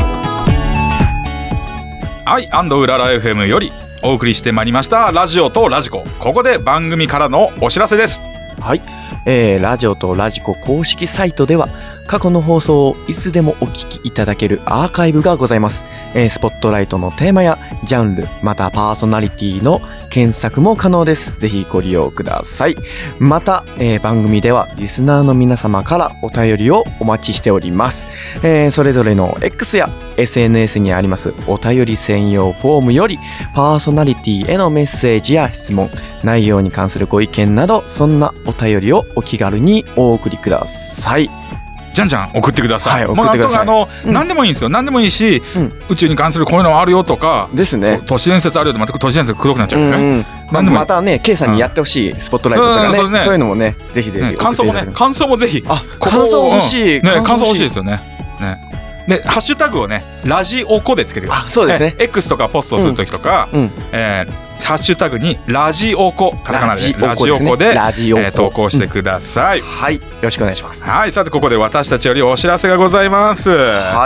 told. はい、うらら FM よりお送りしてまいりましたラジオとラジコ。ここで番組からのお知らせです。 はい、ラジオとラジコ公式サイトでは過去の放送をいつでもお聞きいただけるアーカイブがございます。スポットライトのテーマやジャンル、またパーソナリティの検索も可能です。ぜひご利用ください。また、番組ではリスナーの皆様からお便りをお待ちしております。それぞれの X や SNS にありますお便り専用フォームよりパーソナリティへのメッセージや質問、内容に関するご意見など、そんなお便りをお気軽にお送りください。 じゃんじゃん送ってください。 送ってください。 何でもいいんですよ。何でもいいし、宇宙に関するこういうのあるよとかですね。 都市伝説あるよと、全く都市伝説くどくなっちゃうよね。 またね、K さんにやってほしいスポットライトとかね、そういうのもね、ぜひぜひ感想もぜひ。 感想欲しい。 感想欲しいですよね。でハッシュタグをねラジオコでつけてください。 そうですね。 X とかポストするときとか、ハッシュタグにラジオコ、カタカナでラジオコで投稿してください。 はい、よろしくお願いします。 はい、さてここで私たちよりお知らせがございます。はい、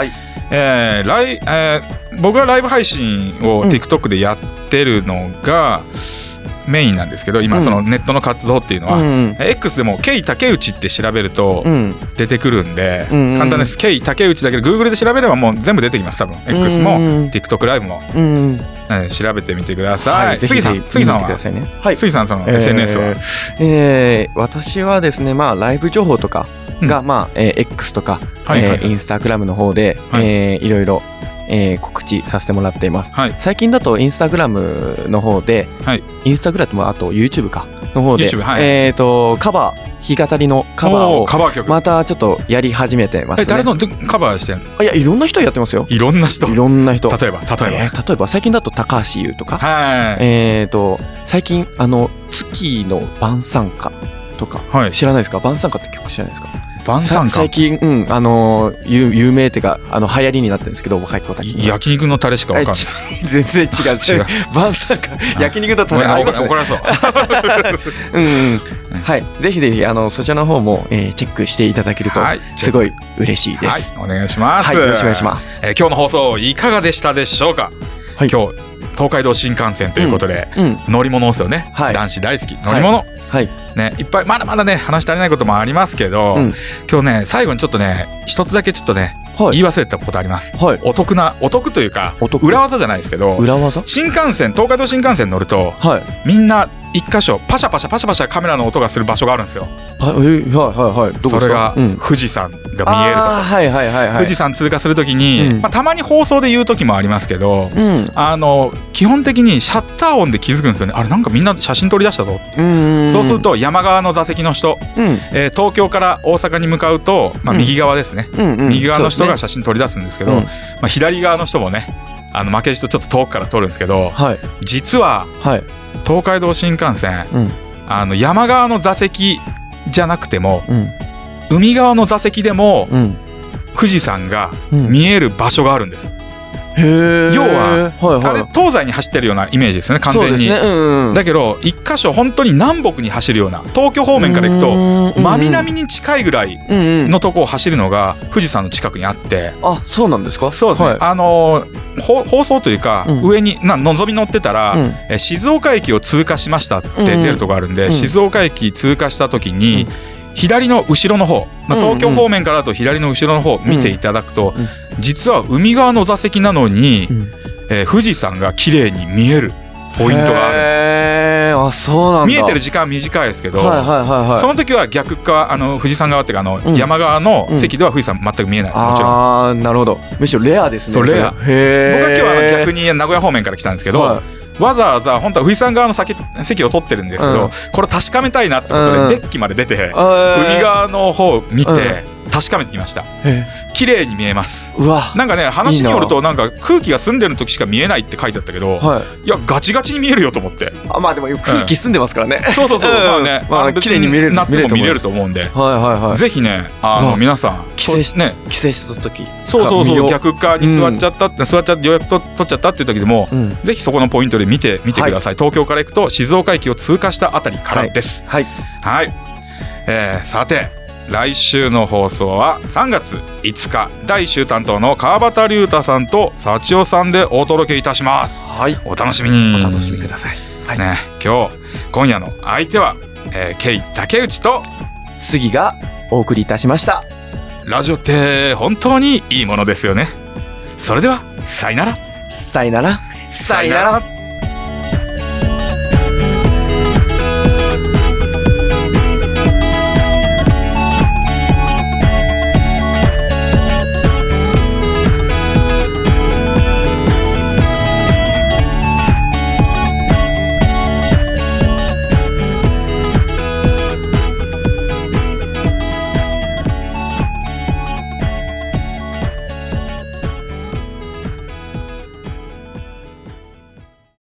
僕はライブ配信を TikTok でやってるのがメインなんですけど、今そのネットの活動っていうのは、X でも K 竹内って調べると出てくるんで、簡単です。K 竹内だけで Google で調べればもう全部出てきます。多分 X も TikTok ライブも、調べてみてください。杉さんは杉さんその SNS は、 私はですね、ライブ情報とかがX とかインスタグラムの方でいろいろ告知させてもらっています。最近だとインスタグラムの方で、インスタグラムもあと YouTube かの方で、カバー、弾き語りのカバーをまたちょっとやり始めてますね。 誰のカバーしてんの？ いや、いろんな人やってますよ。 いろんな人。例えば最近だと高橋優とか、最近月の晩餐歌とか、知らないですか？晩餐歌って曲知らないですか？最近、有名っていうか流行りになってるんですけど、若い子たち焼肉のタレしか分かんない。 全然違う。晩餐か焼肉のタレありますね。 怒られそう。 はい、ぜひぜひそちらの方もチェックしていただけるとすごい嬉しいです。 お願いします。 よろしくお願いします。 今日の放送いかがでしたでしょうか？今日東海道新幹線ということで乗り物ですよね。男子大好き乗り物。 ね、いっぱいまだまだね話し足りないこともありますけど、今日ね最後にちょっとね一つだけちょっとね、言い忘れたことあります。お得というか裏技じゃないですけど、 裏技、 新幹線、東海道新幹線乗ると、みんな一箇所パシャパシャカメラの音がする場所があるんですよ。 どこですか？ それが富士山が見えるとか、富士山通過するときに、たまに放送で言う時もありますけど、基本的にシャッター音で気づくんですよね。あれなんかみんな写真撮り出したぞ。そうすると山側の座席の人、東京から大阪に向かうと、右側ですね、右側の人が写真撮り出すんですけど、左側の人もね負けじとちょっと遠くから撮るんですけど、実は、東海道新幹線、山側の座席じゃなくても、海側の座席でも、富士山が見える場所があるんです。要は、あれ東西に走ってるようなイメージですね、完全に。だけど一箇所本当に南北に走るような、東京方面から行くと真南に近いぐらいのとこを走るのが富士山の近くにあって。 あ、そうなんですか？ そうですね、放送というか、上にのぞみ乗ってたら、静岡駅を通過しましたって出るとこあるんで、静岡駅通過した時に、左の後ろの方、東京方面からだと左の後ろの方見ていただくと、実は海側の座席なのに、富士山が綺麗に見えるポイントがあるんです。 あ、そうなんだ。 見えてる時間は短いですけど、その時は逆か、富士山側っていうか山側の席では富士山全く見えないです、もちろん。 ああ、なるほど。むしろレアですね。 そう、レア。僕は今日は逆に名古屋方面から来たんですけど、わざわざ本当は富士山側の席を取ってるんですけど、これ確かめたいなってことでデッキまで出て、海側の方を見て確かめてきました。綺麗に見えます。なんかね、話によるとなんか空気が澄んでる時しか見えないって書いてあったけど、いやガチガチに見えるよと思って。 まあでも空気澄んでますからね。 そうまあね、綺麗に見れる、夏でも見れると思うんで、ぜひね、皆さん帰省した時、 そう逆側に座っちゃったって、ようやく取っちゃったっていう時でも、ぜひそこのポイントで見てください。東京から行くと静岡駅を通過したあたりからです。さて来週の放送は3月5日第1週担当の川端龍太さんと幸代さんでお届けいたします。お楽しみに。 お楽しみください。 今夜の相手は、ケイ竹内と杉がお送りいたしました。 ラジオって本当にいいものですよね。それではさよなら。 さよなら。さよなら。